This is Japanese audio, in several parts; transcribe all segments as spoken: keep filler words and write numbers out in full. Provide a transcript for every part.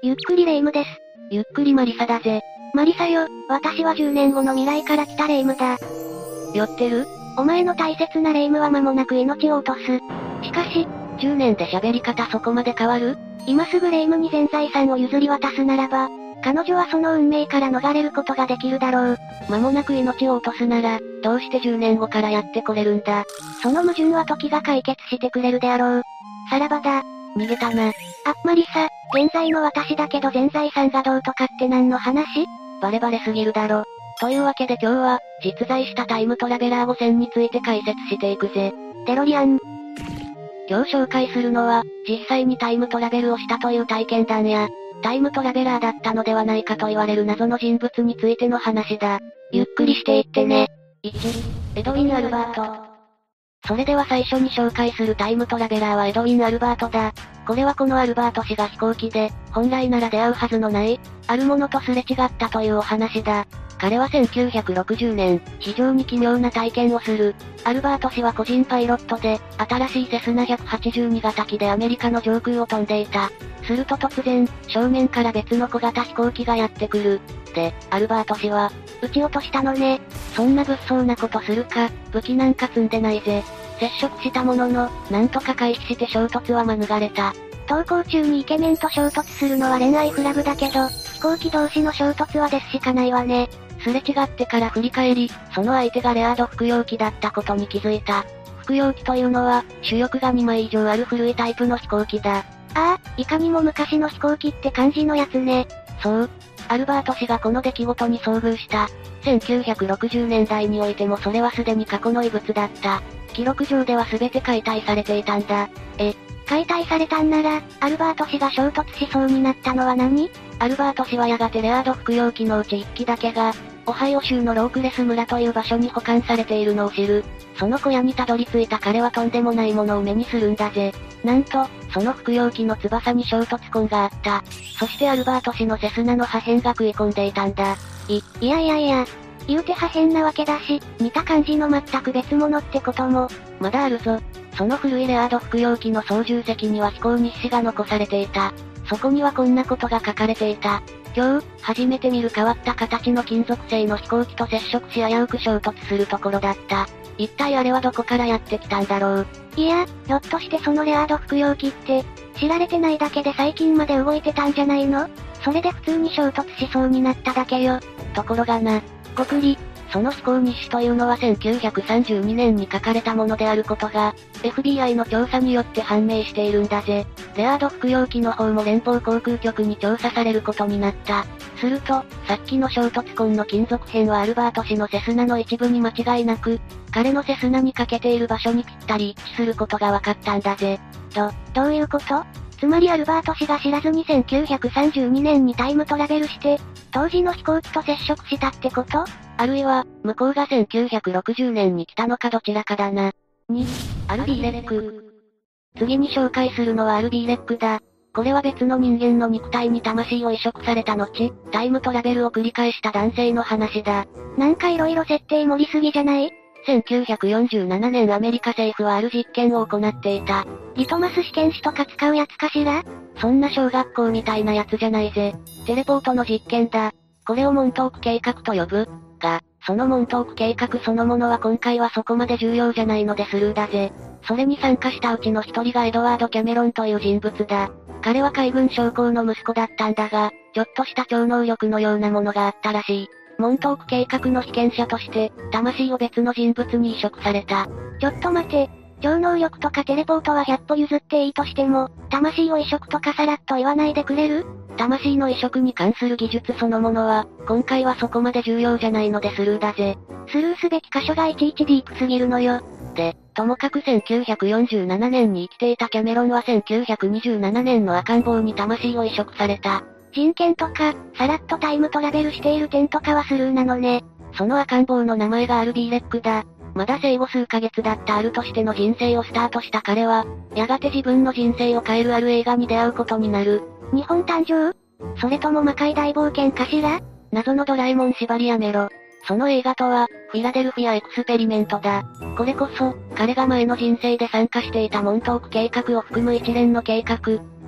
ゆっくりレ夢ムです。 ゆっくりマリサだぜ。 マリサよ、私はじゅうねんごの未来から来たレ夢ムだ。 酔ってる？ お前の大切なレ夢ムは間もなく命を落とす。しかし、 じゅうねんで喋り方そこまで変わる？ 今すぐレ夢ムに全財産を譲り渡すならば、彼女はその運命から逃れることができるだろう。 間もなく命を落とすなら、どうしてじゅうねんごからやってこれるんだ？ その矛盾は時が解決してくれるであろう。さらばだ。 逃げたな。 あ、マリサ、現在の私だけど全財産がどうとかって何の話？ バレバレすぎるだろ。というわけで今日は、実在したタイムトラベラーごせんについて解説していくぜ。 デロリアン。 今日紹介するのは、実際にタイムトラベルをしたという体験談や、タイムトラベラーだったのではないかと言われる謎の人物についての話だ。ゆっくりしていってね。いち、エドウィン・アルバート。それでは最初に紹介するタイムトラベラーはエドウィン・アルバートだ。これはこのアルバート氏が飛行機で、本来なら出会うはずのない、あるものとすれ違ったというお話だ。彼はせんきゅうひゃくろくじゅうねん、非常に奇妙な体験をする。アルバート氏は個人パイロットで、新しいセスナひゃくはちじゅうに型機でアメリカの上空を飛んでいた。すると突然、正面から別の小型飛行機がやってくる。で、アルバート氏は、 撃ち落としたのね。 そんな物騒なことするか、武器なんか積んでないぜ。接触したものの、なんとか回避して衝突は免れた。 登校中にイケメンと衝突するのは恋愛フラグだけど、飛行機同士の衝突はですしかないわね。 すれ違ってから振り返り、その相手がレアード服用機だったことに気づいた。服用機というのは、主翼がにまい以上ある古いタイプの飛行機だ。 ああ、いかにも昔の飛行機って感じのやつね。 そう。アルバート氏がこの出来事に遭遇した。せんきゅうひゃくろくじゅうねんだいにおいてもそれはすでに過去の遺物だった。記録上では全て解体されていたんだ。 え、解体されたんなら、アルバート氏が衝突しそうになったのは何？ アルバート氏はやがてレアード服用機のうちいっきだけが、オハイオ州のロークレス村という場所に保管されているのを知る。その小屋にたどり着いた彼はとんでもないものを目にするんだぜ。なんと、その服用機の翼に衝突痕があった。そしてアルバート氏のセスナの破片が食い込んでいたんだ。 い、いやいやいや。言うて破片なわけだし、似た感じの全く別物ってことも。 まだあるぞ。その古いレアード服用機の操縦席には飛行日誌が残されていた。そこにはこんなことが書かれていた。今日、初めて見る変わった形の金属製の飛行機と接触し危うく衝突するところだった。一体あれはどこからやってきたんだろう。 いや、ひょっとしてそのレアード服用機って、知られてないだけで最近まで動いてたんじゃないの？それで普通に衝突しそうになっただけよ。 ところがな。ごくり。その飛行日誌というのはせんきゅうひゃくさんじゅうにねんに書かれたものであることが、エフビーアイ の調査によって判明しているんだぜ。レアード服用機の方も連邦航空局に調査されることになった。すると、さっきの衝突痕の金属片はアルバート氏のセスナの一部に間違いなく、彼のセスナにかけている場所にぴったり一致することが分かったんだぜ。 ど、どういうこと？つまりアルバート氏が知らずにせんきゅうひゃくさんじゅうにねんにタイムトラベルして、当時の飛行機と接触したってこと？ あるいは、向こうがせんきゅうひゃくろくじゅうねんに来たのかどちらかだな。に、アルビーレック。次に紹介するのはアルビーレックだ。これは別の人間の肉体に魂を移植された後、タイムトラベルを繰り返した男性の話だ。 なんか色々設定盛りすぎじゃない？ せんきゅうひゃくよんじゅうななねんアメリカ政府はある実験を行っていた。 リトマス試験紙とか使うやつかしら？ そんな小学校みたいなやつじゃないぜ。テレポートの実験だ。これをモントーク計画と呼ぶ。が、そのモントーク計画そのものは今回はそこまで重要じゃないのでスルーだぜ。それに参加したうちの一人がエドワード・キャメロンという人物だ。彼は海軍将校の息子だったんだが、ちょっとした超能力のようなものがあったらしい。モントーク計画の被験者として、魂を別の人物に移植された。 ちょっと待て。超能力とかテレポートはひゃっぽ譲っていいとしても、魂を移植とかさらっと言わないでくれる？ 魂の移植に関する技術そのものは、今回はそこまで重要じゃないのでスルーだぜ。 スルーすべき箇所がいちいちディープすぎるのよ。 で、ともかくせんきゅうひゃくよんじゅうななねんに生きていたキャメロンはせんきゅうひゃくにじゅうななねんの赤ん坊に魂を移植された。 人権とか、さらっとタイムトラベルしている点とかはスルーなのね。 その赤ん坊の名前がアルビーレックだ。まだ生後数ヶ月だったアルとしての人生をスタートした彼は、やがて自分の人生を変えるある映画に出会うことになる。 日本誕生？それとも魔界大冒険かしら？ 謎のドラえもん縛りやめろ。その映画とは、フィラデルフィアエクスペリメントだ。これこそ、彼が前の人生で参加していたモントーク計画を含む一連の計画、フ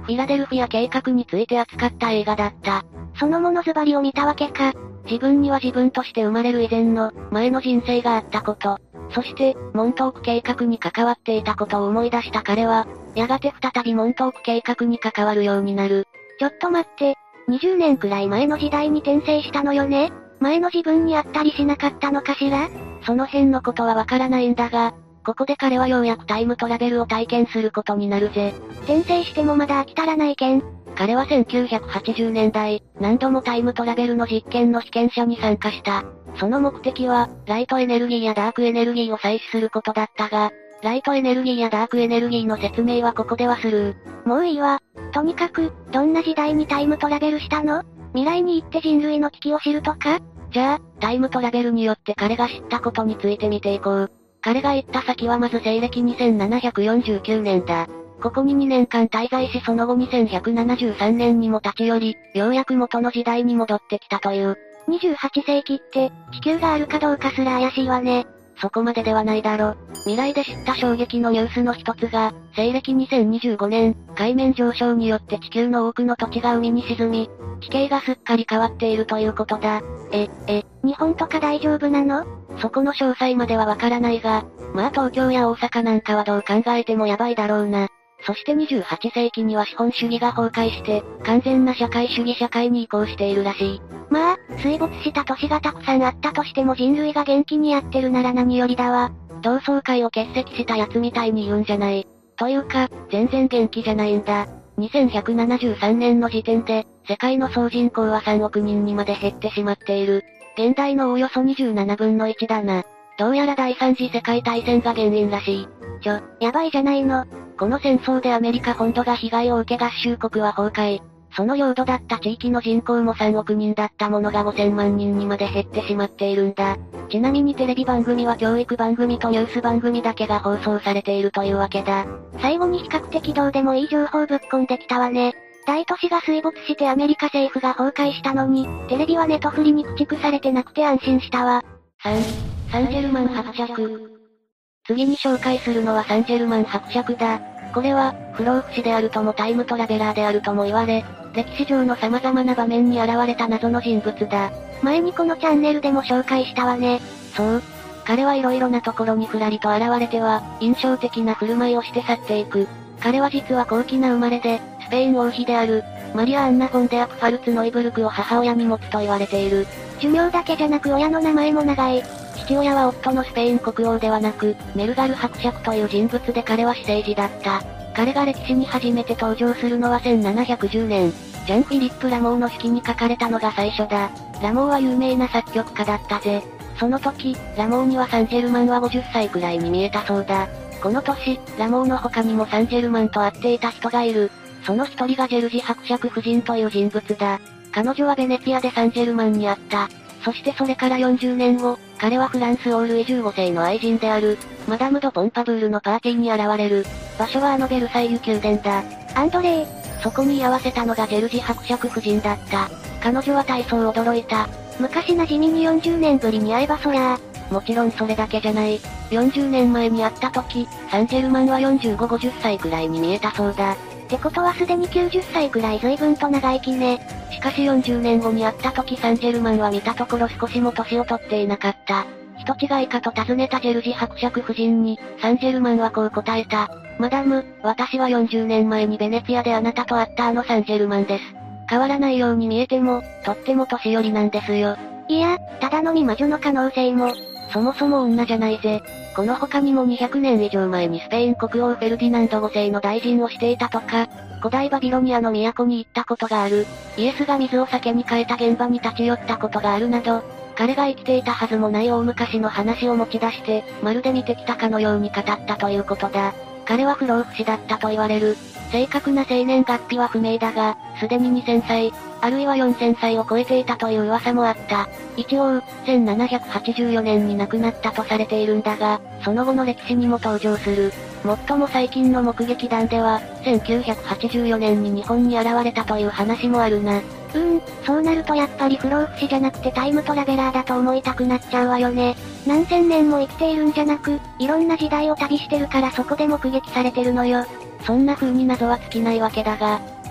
フィラデルフィア計画について扱った映画だった。 そのものズバリを見たわけか。 自分には自分として生まれる以前の、前の人生があったこと。そして、モントーク計画に関わっていたことを思い出した彼は、やがて再びモントーク計画に関わるようになる。 ちょっと待って、にじゅうねんくらい前の時代に転生したのよね？前の自分にあったりしなかったのかしら？ その辺のことはわからないんだが、ここで彼はようやくタイムトラベルを体験することになるぜ。 転生してもまだ飽き足らないけん。 彼はせんきゅうひゃくはちじゅうねんだい、何度もタイムトラベルの実験の被験者に参加した。その目的は、ライトエネルギーやダークエネルギーを採取することだったが、ライトエネルギーやダークエネルギーの説明はここではスルー。もういいわ。とにかく、どんな時代にタイムトラベルしたの？未来に行って人類の危機を知るとか？ じゃあ、タイムトラベルによって彼が知ったことについて見ていこう。彼が行った先はまず西暦にせんななひゃくよんじゅうきゅうねんだ。ここににねんかん滞在しその後にせんひゃくななじゅうさんねんにも立ち寄り、ようやく元の時代に戻ってきたという。 にじゅうはっせいきって、地球があるかどうかすら怪しいわね。 そこまでではないだろ。未来で知った衝撃のニュースの一つが、西暦にせんにじゅうごねん、海面上昇によって地球の多くの土地が海に沈み、地形がすっかり変わっているということだ。 え、え、日本とか大丈夫なの？ そこの詳細まではわからないが、まあ東京や大阪なんかはどう考えてもやばいだろうな。そしてにじゅうはっせいきには資本主義が崩壊して、完全な社会主義社会に移行しているらしい。 まあ、水没した都市がたくさんあったとしても人類が元気にやってるなら何よりだわ。 同窓会を欠席した奴みたいに言うんじゃない。というか、全然元気じゃないんだ。にせんひゃくななじゅうさんねんの時点で、世界の総人口はさんおくにんにまで減ってしまっている。現代のおおよそにじゅうななぶんのいちだな。どうやら第三次世界大戦が原因らしい。 ちょ、やばいじゃないの。 この戦争でアメリカ本土が被害を受け合衆国は崩壊。その領土だった地域の人口もさんおくにんだったものがごせんまんにんにまで減ってしまっているんだ。ちなみにテレビ番組は教育番組とニュース番組だけが放送されているというわけだ。 最後に比較的どうでもいい情報ぶっ込んできたわね。大都市が水没してアメリカ政府が崩壊したのに、テレビはネトフリに駆逐されてなくて安心したわ。 さん、サンジェルマン伯爵。次に紹介するのはサンジェルマン伯爵だ。これは、不老不死であるともタイムトラベラーであるとも言われ、歴史上の様々な場面に現れた謎の人物だ。 前にこのチャンネルでも紹介したわね。 そう。彼は色々なところにふらりと現れては、印象的な振る舞いをして去っていく。彼は実は高貴な生まれで、スペイン王妃である、マリア・アンナ・フォン・デアクファルツ・ノイブルクを母親に持つと言われている。 寿命だけじゃなく親の名前も長い。 父親は夫のスペイン国王ではなく、メルガル伯爵という人物で彼は私生児だった。彼が歴史に初めて登場するのはせんななひゃくじゅうねん、ジャン・フィリップ・ラモーの手記に書かれたのが最初だ。ラモーは有名な作曲家だったぜ。その時、ラモーにはサンジェルマンはごじゅっさいくらいに見えたそうだ。この年、ラモーの他にもサンジェルマンと会っていた人がいる。その一人がジェルジ伯爵夫人という人物だ。彼女はベネツィアでサンジェルマンに会った。そしてそれからよんじゅうねんご、彼はフランス王ルイじゅうごせいの愛人である、マダム・ド・ポンパブールのパーティーに現れる。場所はあのベルサイユ宮殿だ。 アンドレイ。 そこに居合わせたのがジェルジ伯爵夫人だった。彼女は大層驚いた。 昔馴染みによんじゅうねんぶりに会えばそりゃあ。もちろんそれだけじゃない。よんじゅうねんまえに会った時、サンジェルマンはよんじゅうご、ごじゅっさいくらいに見えたそうだ。 ってことはすでにきゅうじゅっさいくらい随分と長生きね。 しかしよんじゅうねんごに会った時サンジェルマンは見たところ少しも年を取っていなかった。人違いかと尋ねたジェルジ伯爵夫人に、サンジェルマンはこう答えた。マダム、私はよんじゅうねんまえにベネツィアであなたと会ったあのサンジェルマンです。変わらないように見えても、とっても年寄りなんですよ。 いや、ただの未魔女の可能性も。 そもそも女じゃないぜ。この他にもにひゃくねん以上前にスペイン国王フェルディナンドごせいの大臣をしていたとか、古代バビロニアの都に行ったことがある。イエスが水を酒に変えた現場に立ち寄ったことがあるなど、彼が生きていたはずもない大昔の話を持ち出して、まるで見てきたかのように語ったということだ。彼は不老不死だったと言われる。正確な生年月日は不明だが、すでににせんさい、あるいはよんせんさいを超えていたという噂もあった。一応、せんななひゃくはちじゅうよねんに亡くなったとされているんだが、その後の歴史にも登場する。最も最近の目撃談では、せんきゅうひゃくはちじゅうよねんに日本に現れたという話もあるな。 うーん、そうなるとやっぱり不老不死じゃなくてタイムトラベラーだと思いたくなっちゃうわよね。何千年も生きているんじゃなく、いろんな時代を旅してるからそこで目撃されてるのよ。 そんな風に謎は尽きないわけだが、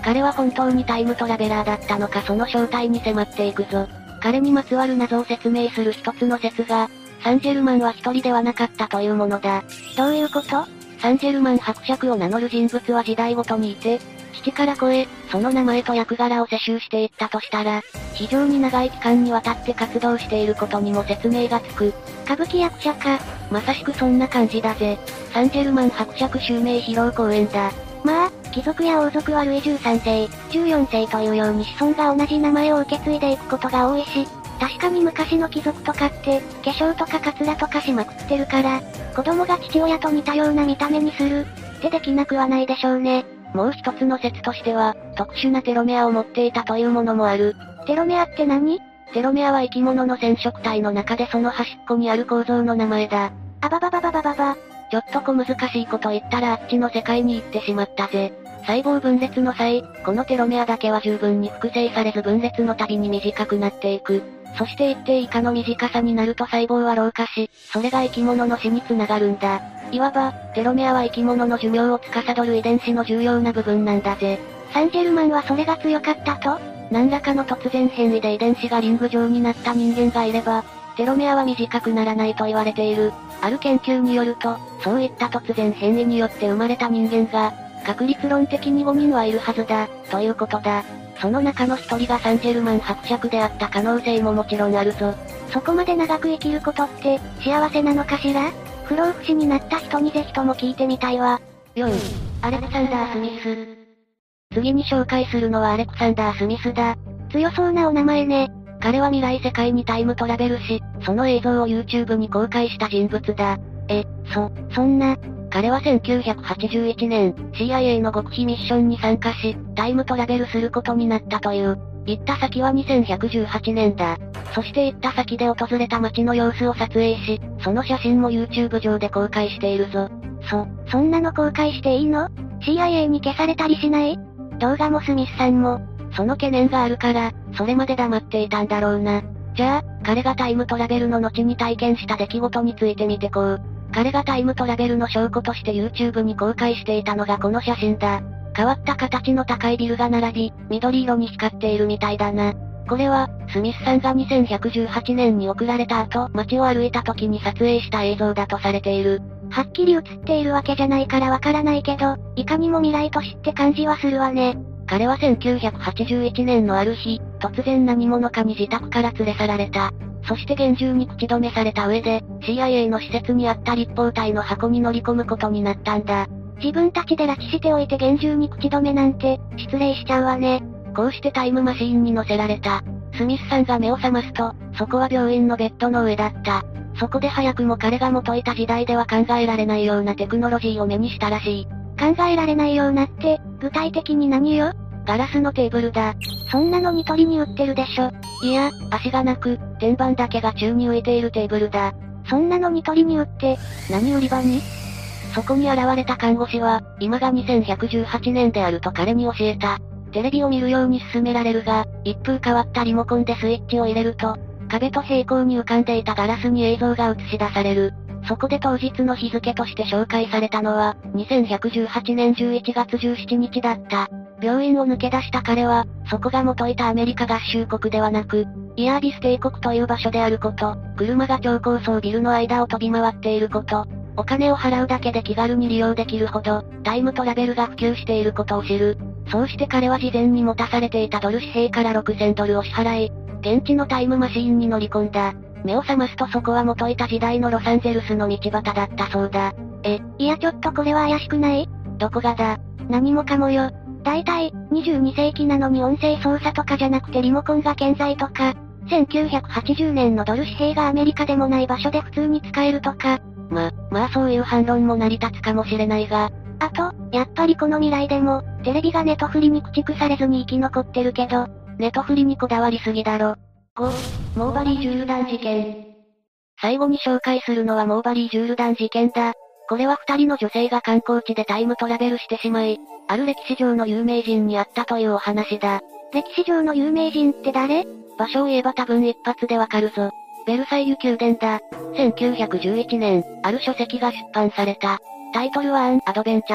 彼は本当にタイムトラベラーだったのか、その正体に迫っていくぞ。彼にまつわる謎を説明する一つの説が、サンジェルマンは一人ではなかったというものだ。 どういうこと？ サンジェルマン伯爵を名乗る人物は時代ごとにいて、父から子へ、その名前と役柄を世襲していったとしたら、非常に長い期間にわたって活動していることにも説明がつく。 歌舞伎役者か。 まさしくそんな感じだぜ。サンジェルマン伯爵襲名披露公演だ。 まあ、貴族や王族はルイじゅうさんせい、じゅうよんせいというように子孫が同じ名前を受け継いでいくことが多いし、確かに昔の貴族とかって、化粧とかカツラとかしまくってるから、子供が父親と似たような見た目にする、ってできなくはないでしょうね。 もう一つの説としては、特殊なテロメアを持っていたというものもある。 テロメアって何？ テロメアは生き物の染色体の中でその端っこにある構造の名前だ。 あばばばばばばば。 ちょっと小難しいこと言ったらあっちの世界に行ってしまったぜ。細胞分裂の際、このテロメアだけは十分に複製されず分裂のたびに短くなっていく。そして一定以下の短さになると細胞は老化し、それが生き物の死につながるんだ。いわば、テロメアは生き物の寿命を司る遺伝子の重要な部分なんだぜ。 サンジェルマンはそれが強かったと？ 何らかの突然変異で遺伝子がリング状になった人間がいれば、テロメアは短くならないと言われている。ある研究によると、そういった突然変異によって生まれた人間が、確率論的にごにんはいるはずだ、ということだ。その中の一人がサンジェルマン伯爵であった可能性ももちろんあるぞ。 そこまで長く生きることって、幸せなのかしら？不老不死になった人にぜひとも聞いてみたいわ。 よん、アレクサンダー・スミス。次に紹介するのはアレクサンダー・スミスだ。 強そうなお名前ね。 彼は未来世界にタイムトラベルし、その映像を YouTube に公開した人物だ。 え、そ、そんな。 彼はせんきゅうひゃくはちじゅういちねん、シーアイエー の極秘ミッションに参加し、タイムトラベルすることになったという。行った先はにせんひゃくじゅうはちねんだ。そして行った先で訪れた街の様子を撮影し、その写真も YouTube 上で公開しているぞ。 そ、そんなの公開していいの？ シーアイエー に消されたりしない？動画もスミスさんも。 その懸念があるから、それまで黙っていたんだろうな。じゃあ、彼がタイムトラベルの後に体験した出来事について見てこう。彼がタイムトラベルの証拠として YouTube に公開していたのがこの写真だ。変わった形の高いビルが並び、緑色に光っているみたいだな。これは、スミスさんがにせんひゃくじゅうはちねんに送られた後、街を歩いた時に撮影した映像だとされている。 はっきり映っているわけじゃないからわからないけど、いかにも未来都市って感じはするわね。 彼はせんきゅうひゃくはちじゅういちねんのある日、突然何者かに自宅から連れ去られた。そして厳重に口止めされた上で、シーアイエー の施設にあった立方体の箱に乗り込むことになったんだ。 自分たちで拉致しておいて厳重に口止めなんて、失礼しちゃうわね。 こうしてタイムマシーンに乗せられた。スミスさんが目を覚ますと、そこは病院のベッドの上だった。そこで早くも彼が元いた時代では考えられないようなテクノロジーを目にしたらしい。 考えられないようなって、具体的に何よ？ ガラスのテーブルだ。 そんなのニトリに売ってるでしょ。 いや、足がなく、天板だけが宙に浮いているテーブルだ。 そんなのニトリに売って、 何売り場に？そこに現れた看護師は、今がにせんひゃくじゅうはちねんであると彼に教えた。テレビを見るように勧められるが、一風変わったリモコンでスイッチを入れると、壁と平行に浮かんでいたガラスに映像が映し出される。そこで当日の日付として紹介されたのは、にせんひゃくじゅうはちねんじゅういちがつじゅうしちにちだった。病院を抜け出した彼は、そこが元いたアメリカ合衆国ではなく、イヤービス帝国という場所であること、車が超高層ビルの間を飛び回っていること、お金を払うだけで気軽に利用できるほど、タイムトラベルが普及していることを知る。そうして彼は事前に持たされていたドル紙幣からろくせんドルを支払い、現地のタイムマシーンに乗り込んだ。目を覚ますとそこは元いた時代のロサンゼルスの道端だったそうだ。 え、いやちょっとこれは怪しくない？ どこがだ？ 何もかもよ。だいたい、にじゅうにせいきなのに音声操作とかじゃなくてリモコンが健在とか、せんきゅうひゃくはちじゅうねんのドル紙幣がアメリカでもない場所で普通に使えるとか。 ま、まあそういう反論も成り立つかもしれないが。 あと、やっぱりこの未来でも、テレビがネトフリに駆逐されずに生き残ってるけど、 ネトフリにこだわりすぎだろ。ご、モーバリー・ジュールダン事件。最後に紹介するのはモーバリー・ジュールダン事件だ。これは二人の女性が観光地でタイムトラベルしてしまい、ある歴史上の有名人に会ったというお話だ。 歴史上の有名人って誰？ 場所を言えば多分一発でわかるぞ。ベルサイユ宮殿だ。せんきゅうひゃくじゅういちねん、ある書籍が出版された。タイトルはアン・アドベンチャー。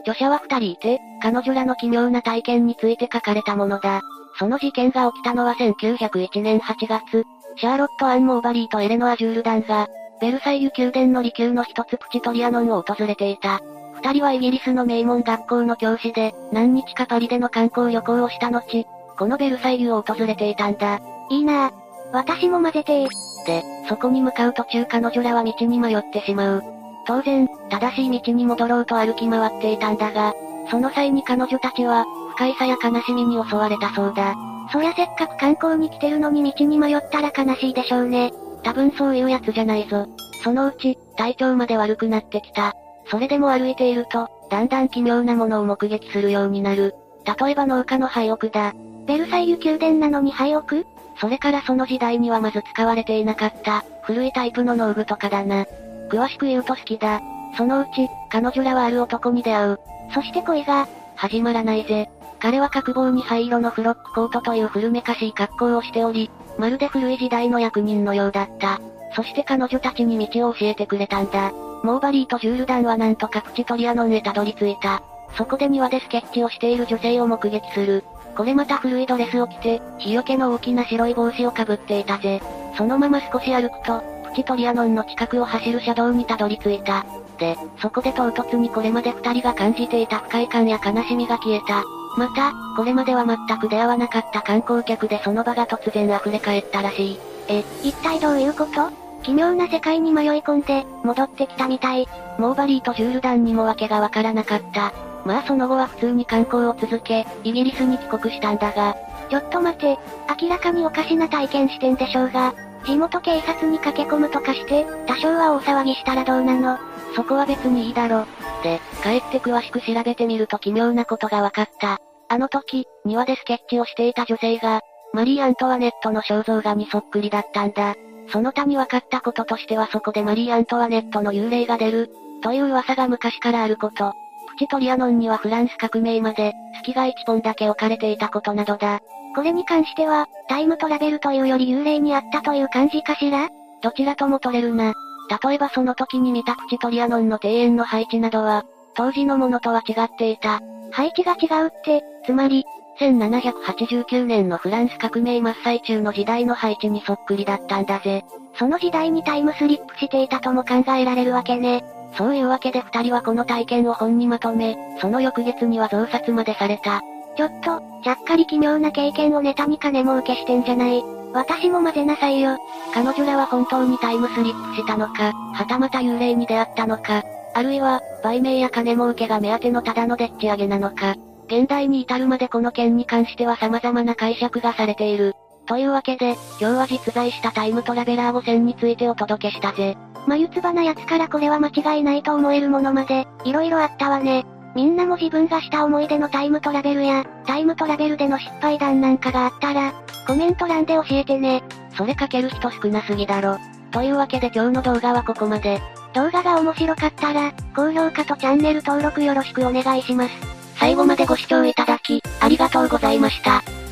著者は二人いて、彼女らの奇妙な体験について書かれたものだ。その事件が起きたのはせんきゅうひゃくいちねんはちがつ、シャーロット・アン・モーバリーとエレノア・ジュールダンが、ベルサイユ宮殿の離宮の一つプチトリアノンを訪れていた。二人はイギリスの名門学校の教師で、何日かパリでの観光旅行をした後、このベルサイユを訪れていたんだ。 いいなぁ。私も混ぜてー。 で、そこに向かう途中彼女らは道に迷ってしまう。当然、正しい道に戻ろうと歩き回っていたんだが、その際に彼女たちは、不快さや悲しみに襲われたそうだ。 そりゃせっかく観光に来てるのに道に迷ったら悲しいでしょうね。 多分そういうやつじゃないぞ。そのうち、体調まで悪くなってきた。それでも歩いていると、だんだん奇妙なものを目撃するようになる。例えば農家の廃屋だ。 ベルサイユ宮殿なのに廃屋？ それからその時代にはまず使われていなかった、古いタイプの農具とかだな。詳しく言うと好きだ。そのうち、彼女らはある男に出会う。 そして恋が、 始まらないぜ。彼は角棒に灰色のフロックコートという古めかしい格好をしており、まるで古い時代の役人のようだった。そして彼女たちに道を教えてくれたんだ。モーバリーとジュールダンはなんとかプチトリアノンへたどり着いた。そこで庭でスケッチをしている女性を目撃する。これまた古いドレスを着て、日よけの大きな白い帽子をかぶっていたぜ。そのまま少し歩くと、プチトリアノンの近くを走る車道にたどり着いた。で、そこで唐突にこれまで二人が感じていた不快感や悲しみが消えた。また、これまでは全く出会わなかった観光客でその場が突然溢れ返ったらしい。 え、一体どういうこと？奇妙な世界に迷い込んで、戻ってきたみたい。 モーバリーとジュールダンにも訳がわからなかった。まあその後は普通に観光を続け、イギリスに帰国したんだが。 ちょっと待て、明らかにおかしな体験してんでしょうが、地元警察に駆け込むとかして、多少は大騒ぎしたらどうなの？ そこは別にいいだろ。で、帰って詳しく調べてみると奇妙なことが分かった。あの時、庭でスケッチをしていた女性が、マリー・アントワネットの肖像画にそっくりだったんだ。その他に分かったこととしてはそこでマリー・アントワネットの幽霊が出る、という噂が昔からあること。プチトリアノンにはフランス革命まで、月がいっぽんだけ置かれていたことなどだ。 これに関しては、タイムトラベルというより幽霊にあったという感じかしら？ どちらとも取れるな。例えばその時に見たプチトリアノンの庭園の配置などは、当時のものとは違っていた。 配置が違うって、つまり、 せんななひゃくはちじゅうきゅうねんのフランス革命真っ最中の時代の配置にそっくりだったんだぜ。 その時代にタイムスリップしていたとも考えられるわけね。 そういうわけで二人はこの体験を本にまとめ、その翌月には増刷までされた。 ちょっと、ちゃっかり奇妙な経験をネタに金儲けしてんじゃない。私も混ぜなさいよ。 彼女らは本当にタイムスリップしたのか、はたまた幽霊に出会ったのか、あるいは、売名や金儲けが目当てのただのでっち上げなのか。現代に至るまでこの件に関しては様々な解釈がされている。というわけで、今日は実在したタイムトラベラーごせんについてお届けしたぜ。 眉唾なやつからこれは間違いないと思えるものまで、色々あったわね。みんなも自分がした思い出のタイムトラベルや、タイムトラベルでの失敗談なんかがあったら、コメント欄で教えてね。 それかける人少なすぎだろ。というわけで今日の動画はここまで。 動画が面白かったら、高評価とチャンネル登録よろしくお願いします。 最後までご視聴いただき、ありがとうございました。